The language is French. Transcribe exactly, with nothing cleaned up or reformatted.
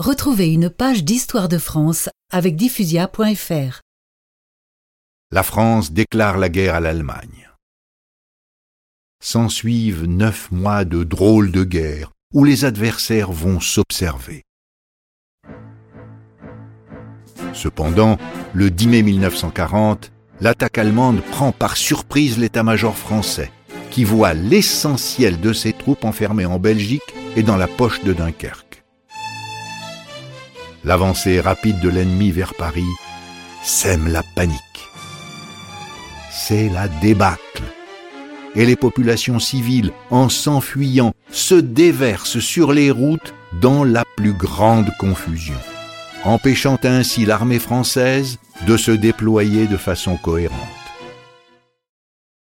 Retrouvez une page d'Histoire de France avec diffusia point f r. La France déclare la guerre à l'Allemagne. S'ensuivent neuf mois de drôles de guerre où les adversaires vont s'observer. Cependant, le dix mai mille neuf cent quarante, l'attaque allemande prend par surprise l'état-major français, qui voit l'essentiel de ses troupes enfermées en Belgique et dans la poche de Dunkerque. L'avancée rapide de l'ennemi vers Paris sème la panique. C'est la débâcle. Et les populations civiles, en s'enfuyant, se déversent sur les routes dans la plus grande confusion, empêchant ainsi l'armée française de se déployer de façon cohérente.